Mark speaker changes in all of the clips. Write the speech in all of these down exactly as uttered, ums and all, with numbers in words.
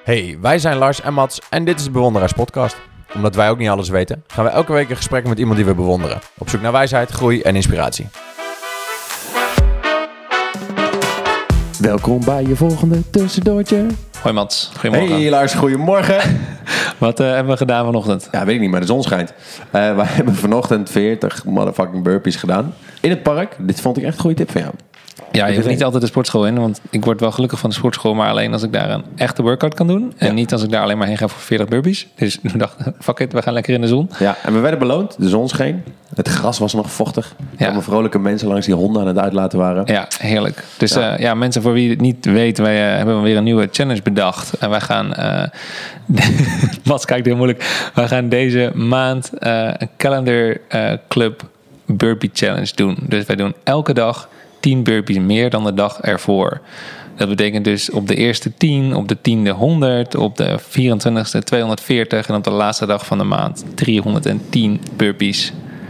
Speaker 1: Hey, wij zijn Lars en Mats en dit is de Bewonderaars Podcast. Omdat wij ook niet alles weten, gaan we elke week een gesprek met iemand die we bewonderen. Op zoek naar wijsheid, groei en inspiratie. Welkom bij je volgende tussendoortje.
Speaker 2: Hoi Mats, goedemorgen.
Speaker 1: Hey Lars, goedemorgen.
Speaker 2: Wat uh, hebben we gedaan vanochtend?
Speaker 1: Ja, weet ik niet, maar de zon schijnt. Uh, wij hebben vanochtend veertig motherfucking burpees gedaan. In het park. Dit vond ik echt een goede tip van jou.
Speaker 2: Ja, je hoeft niet altijd de sportschool in, want ik word wel gelukkig van de sportschool, maar alleen als ik daar een echte workout kan doen. En ja. niet als ik daar alleen maar heen ga voor veertig burpees. Dus we dachten, fuck it, we gaan lekker in de zon.
Speaker 1: Ja, en we werden beloond. De zon scheen. Het gras was nog vochtig. Er kwamen ja. vrolijke mensen langs die honden aan het uitlaten waren.
Speaker 2: Ja, heerlijk. Dus ja, uh, ja mensen voor wie het niet weet, wij uh, hebben weer een nieuwe challenge bedacht. En wij gaan, uh, Mats kijkt heel moeilijk, wij gaan deze maand uh, een calendar uh, club burpee challenge doen. Dus wij doen elke dag tien burpees meer dan de dag ervoor. Dat betekent dus op de eerste tien, op de tiende honderd, op de vierentwintigste tweehonderdveertig en op de laatste dag van de maand driehonderdtien burpees.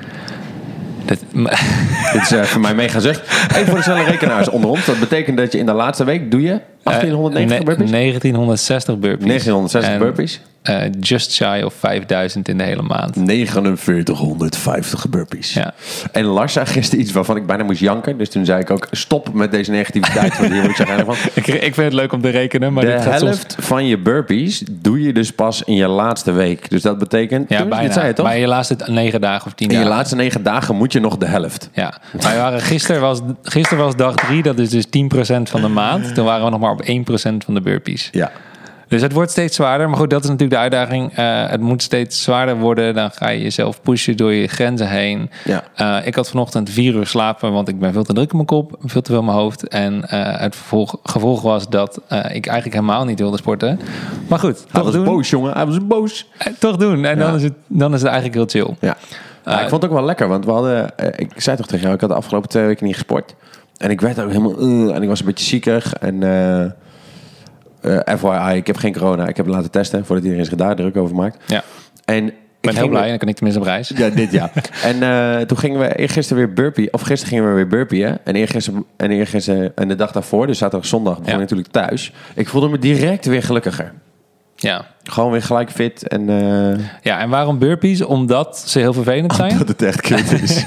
Speaker 2: Dat,
Speaker 1: Dit is uh, voor mij mega zeg. Even voor de snelle rekenaars onder ons. Dat betekent dat je in de laatste week doe je achttienhonderdnegentig
Speaker 2: uh,
Speaker 1: burpees?
Speaker 2: negentienhonderdzestig burpees.
Speaker 1: negentienhonderdzestig
Speaker 2: en,
Speaker 1: burpees?
Speaker 2: Uh, just shy of vijfduizend in de hele maand.
Speaker 1: negenenveertighonderdvijftig burpees.
Speaker 2: Ja.
Speaker 1: En Lars zei gisteren iets waarvan ik bijna moest janken. Dus toen zei ik ook, stop met deze negativiteit. Want hier moet je gaan van.
Speaker 2: ik, ik vind het leuk om te rekenen. Maar
Speaker 1: de
Speaker 2: dit gaat
Speaker 1: helft
Speaker 2: soms...
Speaker 1: van je burpees doe je dus pas in je laatste week. Dus dat betekent...
Speaker 2: Ja,
Speaker 1: toen,
Speaker 2: bijna.
Speaker 1: Dit zei je toch?
Speaker 2: Bij je laatste negen dagen of tien
Speaker 1: in
Speaker 2: dagen.
Speaker 1: In je laatste negen dagen moet je nog de helft.
Speaker 2: Ja. Wij waren, gisteren, was, gisteren was dag drie. Dat is dus tien procent van de maand. Toen waren we nog maar op één procent van de burpees.
Speaker 1: Ja.
Speaker 2: Dus het wordt steeds zwaarder. Maar goed, dat is natuurlijk de uitdaging. Uh, het moet steeds zwaarder worden. Dan ga je jezelf pushen door je grenzen heen. Ja. Uh, ik had vanochtend vier uur slapen, want ik ben veel te druk in mijn kop. Veel te veel in mijn hoofd. En uh, het vervolg, gevolg was dat uh, ik eigenlijk helemaal niet wilde sporten. Maar goed,
Speaker 1: Hij
Speaker 2: toch
Speaker 1: was
Speaker 2: doen.
Speaker 1: boos, jongen. Hij was boos.
Speaker 2: Uh, toch doen. En ja. dan, is het, dan is het eigenlijk heel chill.
Speaker 1: Ja. Ja, ik vond het ook wel lekker, want we hadden... Uh, ik zei toch tegen jou, ik had de afgelopen twee weken niet gesport. En ik werd ook helemaal... Uh, en ik was een beetje ziekig. En uh, uh, F Y I, ik heb geen corona. Ik heb het laten testen, voordat iedereen zich daar druk over maakt.
Speaker 2: Ja.
Speaker 1: En
Speaker 2: ik ben heel blij, en dan kan ik tenminste op reis.
Speaker 1: Ja, dit ja. En uh, toen gingen we eergisteren weer burpee. Of gisteren gingen we weer burpeeën. En eergisteren en, eergisteren, en de dag daarvoor, dus zaterdag zondag, begon ja. ik natuurlijk thuis. Ik voelde me direct weer gelukkiger.
Speaker 2: Ja.
Speaker 1: Gewoon weer gelijk fit. En, uh...
Speaker 2: ja, en waarom burpees? Omdat ze heel vervelend zijn?
Speaker 1: Omdat het echt kut is.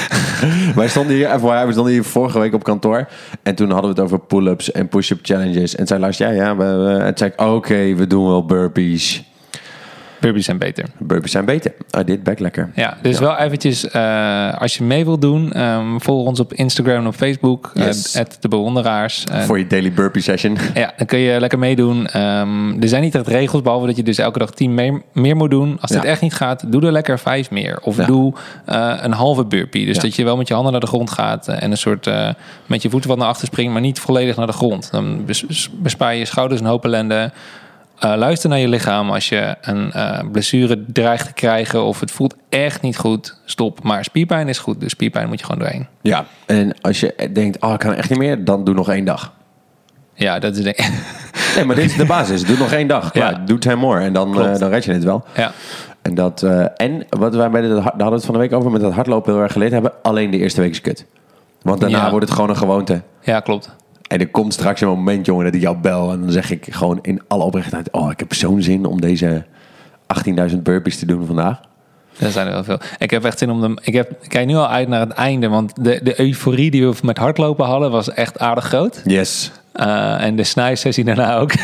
Speaker 1: Wij stonden hier, F Y I, we stonden hier vorige week op kantoor. En toen hadden we het over pull-ups en push-up challenges. En zei Lars, ja, ja. We, we, en zei ik, oké, okay, we doen wel burpees.
Speaker 2: Burpees zijn beter.
Speaker 1: Burpees zijn beter. Ah, dit bek lekker.
Speaker 2: Ja, dus ja. wel eventjes, uh, als je mee wilt doen, um, volg ons op Instagram en op Facebook. Yes. Uh, de Bewonderaars. Uh,
Speaker 1: Voor je daily burpee session.
Speaker 2: Ja, dan kun je lekker meedoen. Um, er zijn niet echt regels, behalve dat je dus elke dag tien meer, meer moet doen. Als het ja. echt niet gaat, doe er lekker vijf meer. Of ja. doe uh, een halve burpee. Dus ja. dat je wel met je handen naar de grond gaat uh, en een soort uh, met je voeten wat naar achter springt, maar niet volledig naar de grond. Dan bes- bespaar je je schouders een hoop ellende. Uh, luister naar je lichaam als je een uh, blessure dreigt te krijgen of het voelt echt niet goed. Stop. Maar spierpijn is goed, dus spierpijn moet je gewoon doorheen.
Speaker 1: Ja, en als je denkt, oh, ik kan echt niet meer, dan doe nog één dag.
Speaker 2: Ja, dat is de...
Speaker 1: Nee, maar dit is de basis. Doe nog één dag. Klaar. Ja. Doe ten more en dan, uh, dan red je het wel.
Speaker 2: Ja.
Speaker 1: En, dat, uh, en wat wij bij de, daar hadden we het van de week over met dat hardlopen heel erg geleerd hebben. Alleen de eerste week is kut. Want daarna ja. wordt het gewoon een gewoonte.
Speaker 2: Ja, klopt.
Speaker 1: En er komt straks een moment, jongen, dat ik jou bel. En dan zeg ik gewoon in alle oprechtheid, oh, ik heb zo'n zin om deze achttienduizend burpees te doen vandaag.
Speaker 2: Er zijn er wel veel. Ik heb echt zin om de. Ik, heb, ik kijk nu al uit naar het einde. Want de, de euforie die we met hardlopen hadden was echt aardig groot.
Speaker 1: Yes.
Speaker 2: Uh, en de snijsessie daarna ook.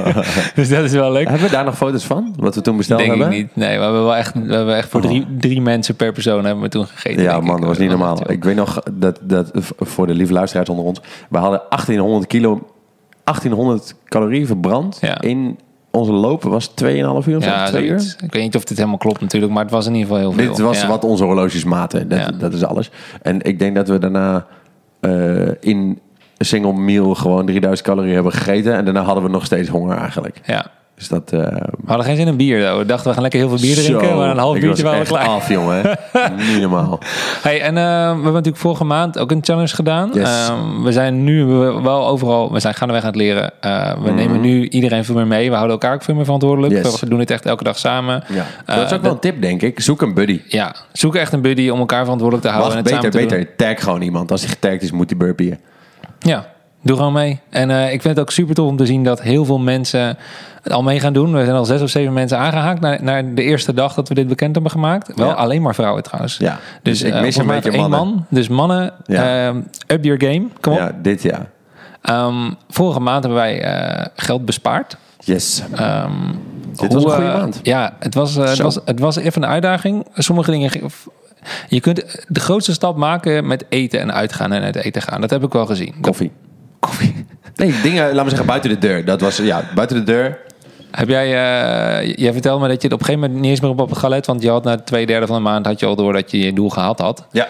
Speaker 2: Dus dat is wel leuk.
Speaker 1: Hebben we daar nog foto's van? Wat we toen besteld
Speaker 2: denk
Speaker 1: hebben?
Speaker 2: Ik niet. Nee, we hebben wel echt, we hebben echt voor drie, drie mensen per persoon hebben we toen gegeten.
Speaker 1: Ja, man, dat was niet normaal. Ik weet nog dat, dat voor de lieve luisteraars onder ons. We hadden achttienhonderd kilo, achttienhonderd calorieën verbrand ja. in... Onze lopen was tweeënhalf uur of
Speaker 2: ja,
Speaker 1: twee uur.
Speaker 2: Ik weet niet of dit helemaal klopt natuurlijk, maar het was in ieder geval heel veel.
Speaker 1: Dit was
Speaker 2: ja.
Speaker 1: wat onze horloges maten. Dat, ja. dat is alles. En ik denk dat we daarna uh, in een single meal gewoon drieduizend calorieën hebben gegeten. En daarna hadden we nog steeds honger eigenlijk.
Speaker 2: Ja.
Speaker 1: Dus dat... Uh,
Speaker 2: we hadden geen zin in bier, though. We dachten, we gaan lekker heel veel bier drinken. Zo, maar een half biertje waren we klaar.
Speaker 1: af, jongen. Niet normaal.
Speaker 2: Hey, en uh, we hebben natuurlijk vorige maand ook een challenge gedaan.
Speaker 1: Yes.
Speaker 2: Uh, we zijn nu wel overal... We zijn gaandeweg aan het leren. Uh, we mm. nemen nu iedereen veel meer mee. We houden elkaar ook veel meer verantwoordelijk. Yes. We doen dit echt elke dag samen. Ja.
Speaker 1: Uh, dat is ook wel een tip, denk ik. Zoek een buddy.
Speaker 2: Ja, zoek echt een buddy om elkaar verantwoordelijk te houden.
Speaker 1: Wacht,
Speaker 2: en het
Speaker 1: beter,
Speaker 2: samen te
Speaker 1: beter.
Speaker 2: doen.
Speaker 1: Tag gewoon iemand. Als hij getagd is, moet hij burpeeën.
Speaker 2: Ja. Doe gewoon mee. En uh, ik vind het ook super tof om te zien dat heel veel mensen het al mee gaan doen. We zijn al zes of zeven mensen aangehaakt naar, naar de eerste dag dat we dit bekend hebben gemaakt. Wel ja. alleen maar vrouwen trouwens.
Speaker 1: Ja.
Speaker 2: Dus, dus ik mis uh, een beetje één mannen. Man. Dus mannen, ja. uh, up your game. Kom op.
Speaker 1: Ja, dit ja.
Speaker 2: Um, vorige maand hebben wij uh, geld bespaard.
Speaker 1: Yes.
Speaker 2: Um,
Speaker 1: dit hoe, was een goede maand.
Speaker 2: Uh, ja, het was, uh, het, was, het was even een uitdaging. Sommige dingen... Je kunt de grootste stap maken met eten en uitgaan en uit eten gaan. Dat heb ik wel gezien.
Speaker 1: Koffie.
Speaker 2: Koffie.
Speaker 1: Nee, dingen, laten we zeggen, buiten de deur. Dat was, ja, buiten de deur.
Speaker 2: Heb jij, uh, jij vertelde me dat je het op een gegeven moment niet eens meer op op het galet, want je had na twee derde van de maand had je al door dat je je doel gehaald had.
Speaker 1: Ja.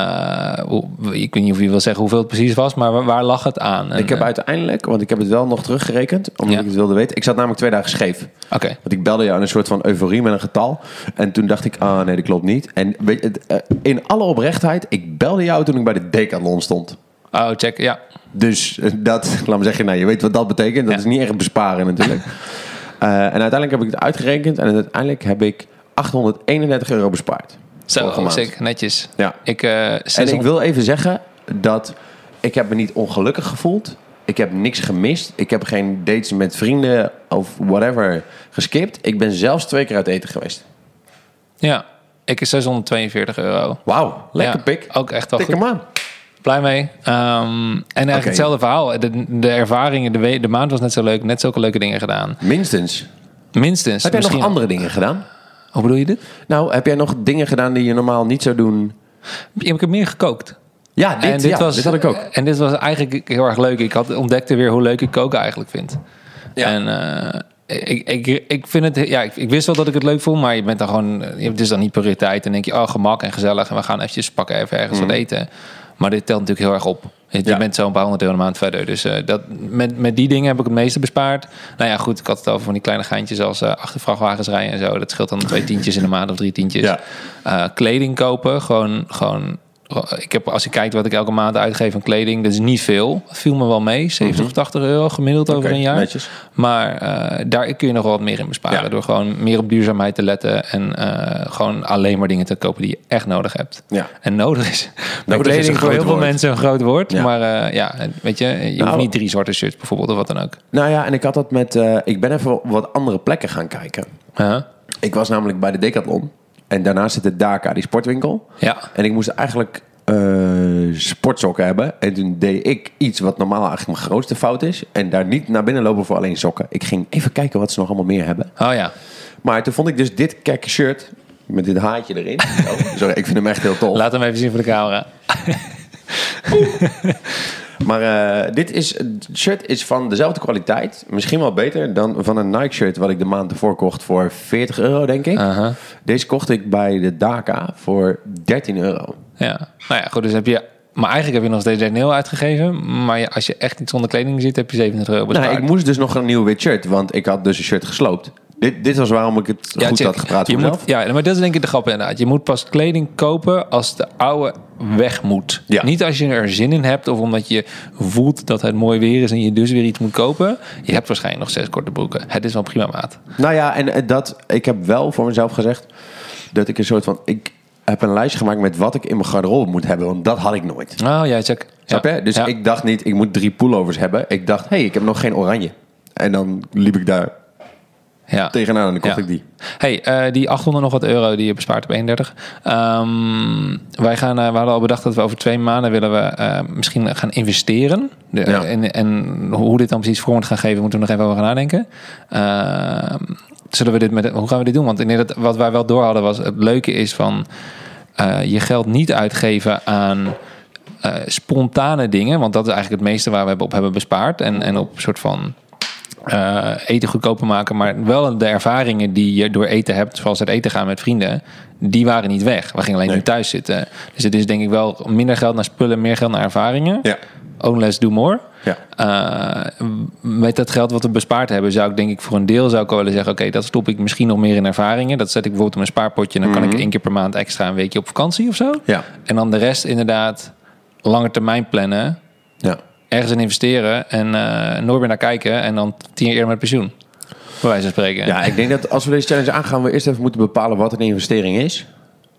Speaker 2: Uh, ik weet niet of je wil zeggen hoeveel het precies was, maar waar, waar lag het aan? En,
Speaker 1: ik heb uiteindelijk, want ik heb het wel nog teruggerekend, omdat ja. ik het wilde weten. Ik zat namelijk twee dagen scheef.
Speaker 2: Oké. Okay.
Speaker 1: Want ik belde jou in een soort van euforie met een getal. En toen dacht ik, ah nee, dat klopt niet. En weet je, in alle oprechtheid, ik belde jou toen ik bij de Decathlon stond.
Speaker 2: Oh, check, ja.
Speaker 1: Dus dat, laat me zeggen, nou, je weet wat dat betekent. Dat ja. is niet echt besparen natuurlijk. uh, en uiteindelijk heb ik het uitgerekend. En uiteindelijk heb ik achthonderdeenendertig euro bespaard.
Speaker 2: Zo, zeker, netjes.
Speaker 1: Ja.
Speaker 2: Ik, uh, zeshonderd...
Speaker 1: En ik wil even zeggen dat ik heb me niet ongelukkig gevoeld. Ik heb niks gemist. Ik heb geen dates met vrienden of whatever geskipt. Ik ben zelfs twee keer uit eten geweest.
Speaker 2: Ja, ik is zeshonderdtweeënveertig euro.
Speaker 1: Wauw, lekker
Speaker 2: ja,
Speaker 1: pik.
Speaker 2: Ook echt wel
Speaker 1: Tik
Speaker 2: goed.
Speaker 1: hem aan.
Speaker 2: Blij mee. Um, en eigenlijk okay. hetzelfde verhaal. De, de ervaringen, de, we- de maand was net zo leuk. Net zulke leuke dingen gedaan.
Speaker 1: Minstens.
Speaker 2: Minstens.
Speaker 1: Heb jij nog andere dingen gedaan?
Speaker 2: Hoe bedoel je dit?
Speaker 1: Nou, heb jij nog dingen gedaan die je normaal niet zou doen?
Speaker 2: Ik heb meer gekookt.
Speaker 1: Ja, dit,
Speaker 2: en dit,
Speaker 1: ja,
Speaker 2: was,
Speaker 1: dit had ik ook.
Speaker 2: En dit was eigenlijk heel erg leuk. Ik had ontdekte weer hoe leuk ik koken eigenlijk vind. Ja. En uh, ik, ik, ik vind het... Ja, ik, ik wist wel dat ik het leuk vond, maar je bent dan gewoon... Het is dan niet prioriteit. En denk je, oh, gemak en gezellig. En we gaan eventjes pakken even ergens mm. wat eten. Maar dit telt natuurlijk heel erg op. Je ja. bent zo'n paar honderd euro een maand verder. Dus uh, dat, met, met die dingen heb ik het meeste bespaard. Nou ja, goed, ik had het over van die kleine geintjes als uh, achter vrachtwagens rijden en zo. Dat scheelt dan twee tientjes in de maand of drie tientjes. Ja. Uh, kleding kopen, gewoon... gewoon ik heb, als je kijkt wat ik elke maand uitgeef aan kleding, dat is niet veel. Dat viel me wel mee. zeventig mm-hmm. of tachtig euro gemiddeld over okay, een jaar. Netjes. Maar uh, daar kun je nog wel wat meer in besparen. Ja. Door gewoon meer op duurzaamheid te letten. En uh, gewoon alleen maar dingen te kopen die je echt nodig hebt. Ja. En nodig is bij nodig kleding is voor heel woord. veel mensen een groot woord. Ja. Maar uh, ja, weet je, je nou, hoeft niet drie zwarte shirts bijvoorbeeld of wat dan ook.
Speaker 1: Nou ja, en ik had dat met... Uh, ik ben even wat andere plekken gaan kijken. Uh-huh. Ik was namelijk bij de Decathlon. En daarnaast zit de Daka, die sportwinkel.
Speaker 2: Ja.
Speaker 1: En ik moest eigenlijk uh, sportsokken hebben. En toen deed ik iets wat normaal eigenlijk mijn grootste fout is. En daar niet naar binnen lopen voor alleen sokken. Ik ging even kijken wat ze nog allemaal meer hebben.
Speaker 2: Oh ja.
Speaker 1: Maar toen vond ik dus dit kekke shirt met dit haartje erin. Oh, sorry, ik vind hem echt heel tof.
Speaker 2: Laat hem even zien voor de camera.
Speaker 1: Maar uh, dit is, het shirt is van dezelfde kwaliteit. Misschien wel beter dan van een Nike shirt wat ik de maand ervoor kocht voor veertig euro, denk ik. Uh-huh. Deze kocht ik bij de Daka voor dertien euro.
Speaker 2: Ja, nou ja, goed. Dus heb je... Maar eigenlijk heb je nog steeds dertien euro uitgegeven. Maar je, als je echt iets zonder kleding zit, heb je zevenentwintig euro bespaard.
Speaker 1: Nou, ik moest dus nog een nieuw wit shirt, want ik had dus een shirt gesloopt. Dit, dit was waarom ik het ja, goed check. had gepraat voor mezelf.
Speaker 2: Ja, maar dat is denk ik de grap inderdaad. Je moet pas kleding kopen als de oude weg moet. Ja. Niet als je er zin in hebt of omdat je voelt dat het mooi weer is en je dus weer iets moet kopen. Je hebt waarschijnlijk nog zes korte broeken. Het is wel prima maat.
Speaker 1: Nou ja, en dat, ik heb wel voor mezelf gezegd dat ik een soort van... Ik heb een lijstje gemaakt met wat ik in mijn garderobe moet hebben, want dat had ik nooit.
Speaker 2: Oh ja, check.
Speaker 1: Snap je? Dus ja. ik dacht niet, ik moet drie pullovers hebben. Ik dacht, hé, hey, ik heb nog geen oranje. En dan liep ik daar... Ja. Tegenaan en dan kocht ja. ik die.
Speaker 2: Hey, uh, die achthonderd nog wat euro die je bespaart op eenendertig. Um, wij gaan, uh, we hadden al bedacht dat we over twee maanden willen we uh, misschien gaan investeren. De, ja. uh, en, en hoe dit dan precies vorm moet gaan geven, moeten we nog even over gaan nadenken. Uh, zullen we dit met, hoe gaan we dit doen? Want ik denk dat wat wij wel door hadden was, het leuke is van uh, je geld niet uitgeven aan uh, spontane dingen. Want dat is eigenlijk het meeste waar we op hebben bespaard. En, en op een soort van... Uh, eten goedkoper maken, maar wel de ervaringen die je door eten hebt, zoals het eten gaan met vrienden, die waren niet weg. We gingen alleen nee. nu thuis zitten. Dus het is denk ik wel minder geld naar spullen, meer geld naar ervaringen. Ja. Own less, do more. Ja. Uh, met dat geld wat we bespaard hebben, zou ik denk ik voor een deel zou ik willen zeggen, oké, okay, dat stop ik misschien nog meer in ervaringen. Dat zet ik bijvoorbeeld in mijn spaarpotje en dan mm-hmm. kan ik één keer per maand extra een weekje op vakantie of zo. Ja. En dan de rest inderdaad langer termijn plannen. Ja. Ergens in investeren en uh, nooit meer naar kijken en dan tien jaar eerder met pensioen. Bij wijze van spreken.
Speaker 1: Ja, ik denk dat als we deze challenge aangaan, we eerst even moeten bepalen wat een investering is.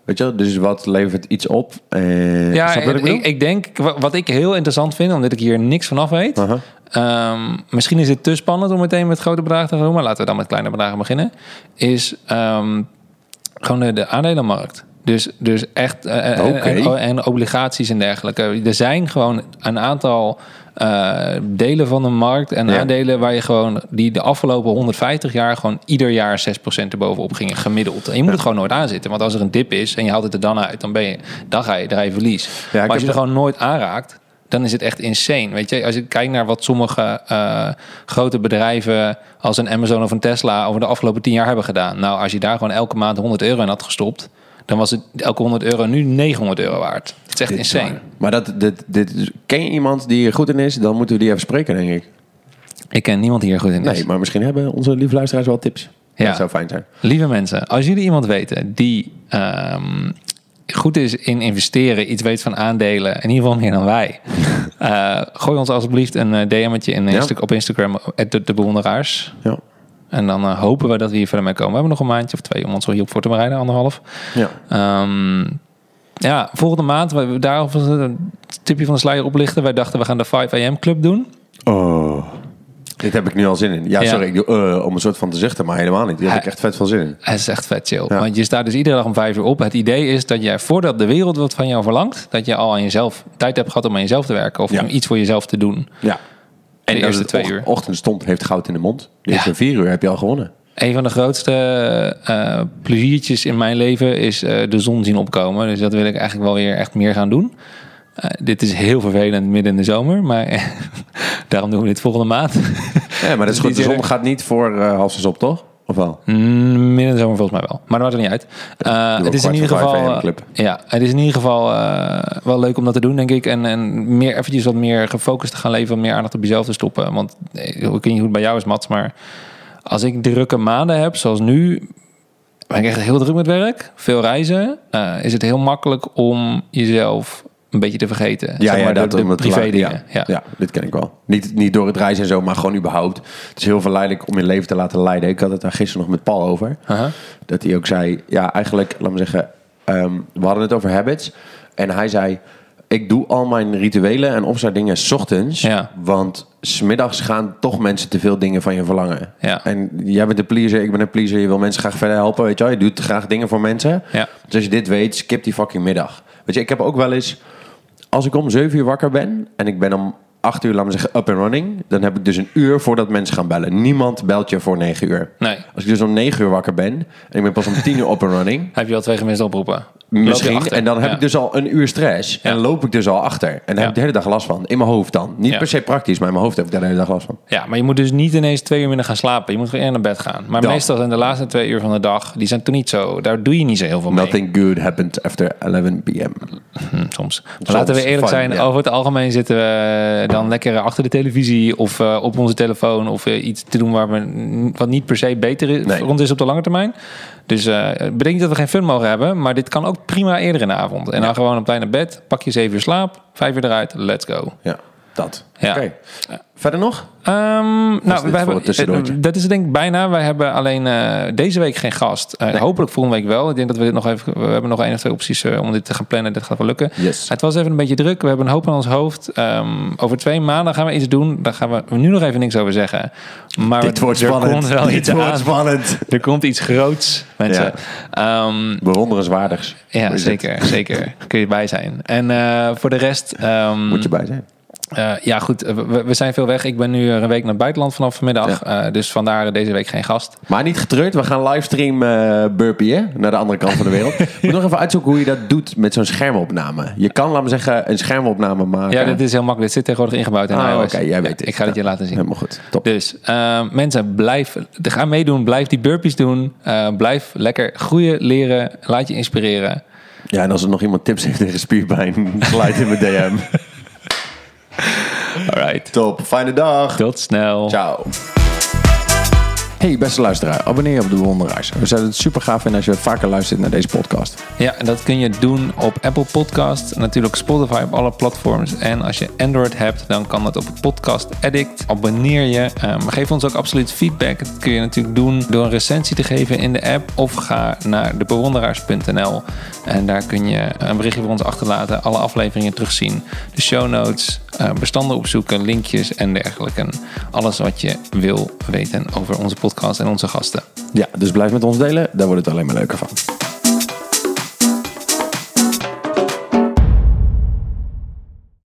Speaker 1: Weet je, dus wat levert iets op? Uh,
Speaker 2: ja, ik, ik, ik denk, wat ik heel interessant vind, omdat ik hier niks vanaf weet. Uh-huh. Um, misschien is het te spannend om meteen met grote bedragen te gaan doen, maar laten we dan met kleine bedragen beginnen. Is um, gewoon de, de aandelenmarkt. Dus, dus echt uh, okay. en, en obligaties en dergelijke. Er zijn gewoon een aantal uh, delen van de markt en ja. aandelen waar je gewoon die de afgelopen honderdvijftig jaar gewoon ieder jaar zes procent erbovenop gingen gemiddeld. En je moet ja. het gewoon nooit aanzitten. Want als er een dip is en je haalt het er dan uit, dan ben je, dan ga je, dan ga je verlies. Ja, maar als je er gewoon nooit aanraakt, dan is het echt insane. Weet je, als je kijkt naar wat sommige uh, grote bedrijven als een Amazon of een Tesla over de afgelopen tien jaar hebben gedaan. Nou, als je daar gewoon elke maand honderd euro in had gestopt, dan was het elke honderd euro nu negenhonderd euro waard. Het is echt dit insane. Is
Speaker 1: maar dat, dit, dit, ken je iemand die er goed in is? Dan moeten we die even spreken, denk ik.
Speaker 2: Ik ken niemand die er goed in is.
Speaker 1: Nee, maar misschien hebben onze lieve luisteraars wel tips. Ja. Dat zou fijn zijn.
Speaker 2: Lieve mensen, als jullie iemand weten die um, goed is in investeren, iets weet van aandelen, in ieder geval meer dan wij. uh, gooi ons alsjeblieft een D M'tje in ja. op Instagram, de, de bewonderaars. Ja. En dan uh, hopen we dat we hier verder mee komen. We hebben nog een maandje of twee om ons hier op voor te bereiden, anderhalf. Ja. Um, ja, volgende maand, we daarof een tipje van de sluier oplichten. Wij dachten, we gaan de vijf a m club doen.
Speaker 1: Oh, dit heb ik nu al zin in. Ja, ja. sorry, ik doe, uh, om een soort van te zuchten, maar helemaal niet. Hier heb ik echt vet veel zin in.
Speaker 2: Het is echt vet chill. Ja. Want je staat dus iedere dag om vijf uur op. Het idee is dat jij, voordat de wereld wat van jou verlangt, dat je al aan jezelf tijd hebt gehad om aan jezelf te werken. Of ja. om iets voor jezelf te doen.
Speaker 1: Ja. En de eerste twee uur. Ochtendstond heeft goud in de mond. De eerste ja. vier uur heb je al gewonnen.
Speaker 2: Een van de grootste uh, pleziertjes in mijn leven is uh, de zon zien opkomen. Dus dat wil ik eigenlijk wel weer echt meer gaan doen. Uh, dit is heel vervelend midden in de zomer, maar daarom doen we dit volgende maand.
Speaker 1: Ja, maar dat is goed. De zon gaat niet voor uh, half zes op, toch? Of wel?
Speaker 2: Mm, midden in de zomer volgens mij wel. Maar dat maakt er niet uit. Uh, het is in ieder geval, uh, ja, het is in ieder geval uh, wel leuk om dat te doen, denk ik. En, en meer eventjes wat meer gefocust te gaan leven, wat meer aandacht op jezelf te stoppen. Want ik weet niet hoe het bij jou is, Mats, maar als ik drukke maanden heb, zoals nu, ben ik echt heel druk met werk, veel reizen, uh, is het heel makkelijk om jezelf een beetje te vergeten.
Speaker 1: Ja,
Speaker 2: zeg maar,
Speaker 1: ja,
Speaker 2: de, de privé dingen. Ja,
Speaker 1: ja. ja, dit ken ik wel. Niet, niet door het reizen en zo, maar gewoon überhaupt. Het is heel verleidelijk om je leven te laten leiden. Ik had het daar gisteren nog met Paul over. Uh-huh. Dat hij ook zei, ja, eigenlijk, laat me zeggen, um, we hadden het over habits. En hij zei, ik doe al mijn rituelen en opstartdingen 's ochtends. Ja. Want 's middags gaan toch mensen te veel dingen van je verlangen. Ja. En jij bent een pleaser, ik ben een pleaser. Je wil mensen graag verder helpen, weet je wel. Je doet graag dingen voor mensen. Ja. Dus als je dit weet, skip die fucking middag. Weet je, ik heb ook wel eens, als ik om zeven uur wakker ben en ik ben om acht uur, laat me zeggen, up and running, dan heb ik dus een uur voordat mensen gaan bellen. Niemand belt je voor negen uur. Nee. Als ik dus om negen uur wakker ben en ik ben pas om tien uur up and running,
Speaker 2: heb je al twee gemiste oproepen?
Speaker 1: Misschien. En dan heb ja. ik dus al een uur stress. Ja. En loop ik dus al achter. En daar ja. heb ik de hele dag last van. In mijn hoofd dan. Niet ja. per se praktisch, maar in mijn hoofd heb ik daar de hele dag last van.
Speaker 2: Ja, maar je moet dus niet ineens twee uur minder gaan slapen. Je moet gewoon naar bed gaan. Maar dan. Meestal zijn de laatste twee uur van de dag, die zijn toch niet zo, daar doe je niet zo heel veel mee.
Speaker 1: Nothing good happened after eleven p m.
Speaker 2: Hm, soms. Maar soms. Laten we eerlijk fun, zijn, ja. over het algemeen zitten we dan lekker achter de televisie of uh, op onze telefoon of uh, iets te doen waar we, wat niet per se beter is, nee. voor ons is op de lange termijn. Dus uh, bedenk niet dat we geen fun mogen hebben, maar dit kan ook prima eerder in de avond. En dan ja. gewoon op tijd naar bed, pak je zeven uur slaap, vijf uur eruit, let's go.
Speaker 1: Ja, dat. Ja. Oké. Okay. Verder nog?
Speaker 2: Um, nou, we hebben, dat is denk ik bijna. Wij hebben alleen uh, deze week geen gast. Uh, nee. Hopelijk volgende week wel. Ik denk dat we dit nog even. We hebben nog één of twee opties uh, om dit te gaan plannen. Dit gaat wel lukken.
Speaker 1: Yes.
Speaker 2: Het was even een beetje druk. We hebben een hoop aan ons hoofd. Um, over twee maanden gaan we iets doen. Daar gaan we nu nog even niks over zeggen. Maar
Speaker 1: dit wordt
Speaker 2: er
Speaker 1: spannend.
Speaker 2: Komt wel
Speaker 1: dit
Speaker 2: iets
Speaker 1: wordt
Speaker 2: aan.
Speaker 1: spannend.
Speaker 2: Er komt iets groots, mensen. Ja. Um,
Speaker 1: Bewonderenswaardigs.
Speaker 2: Ja, zeker, zeker. Kun je bij zijn. En uh, voor de rest Um,
Speaker 1: moet je bij zijn.
Speaker 2: Uh, ja, goed. We, we zijn veel weg. Ik ben nu een week naar het buitenland vanaf vanmiddag. Ja. Uh, dus vandaar deze week geen gast.
Speaker 1: Maar niet getreurd. We gaan livestream uh, burpee, hè? Naar de andere kant van de wereld. Ik moet nog even uitzoeken hoe je dat doet met zo'n schermopname. Je kan, laat me zeggen, een schermopname maken.
Speaker 2: Ja, dit is heel makkelijk. Dit zit tegenwoordig ingebouwd in
Speaker 1: ah,
Speaker 2: iOS.
Speaker 1: Oké, okay, jij weet het.
Speaker 2: Ja, ik ga het je laten zien.
Speaker 1: Helemaal goed. Top.
Speaker 2: Dus uh, mensen, blijf, ga meedoen. Blijf die burpees doen. Uh, blijf lekker groeien, leren. Laat je inspireren.
Speaker 1: Ja, en als er nog iemand tips heeft tegen spierpijn, sluit in mijn D M.
Speaker 2: Alright.
Speaker 1: Top. Fijne dag.
Speaker 2: Tot snel.
Speaker 1: Ciao. Hey, beste luisteraar, abonneer je op De Bewonderaars. We zouden het super gaaf vinden als je vaker luistert naar deze podcast.
Speaker 2: Ja, en dat kun je doen op Apple Podcast, natuurlijk Spotify op alle platforms. En als je Android hebt, dan kan dat op Podcast Addict. Abonneer je. Um, geef ons ook absoluut feedback. Dat kun je natuurlijk doen door een recensie te geven in de app. Of ga naar de bewonderaars punt n l. En daar kun je een berichtje voor ons achterlaten. Alle afleveringen terugzien. De show notes, uh, bestanden opzoeken, linkjes en dergelijke. En alles wat je wil weten over onze podcast en onze gasten.
Speaker 1: Ja, dus blijf met ons delen. Daar wordt het alleen maar leuker van.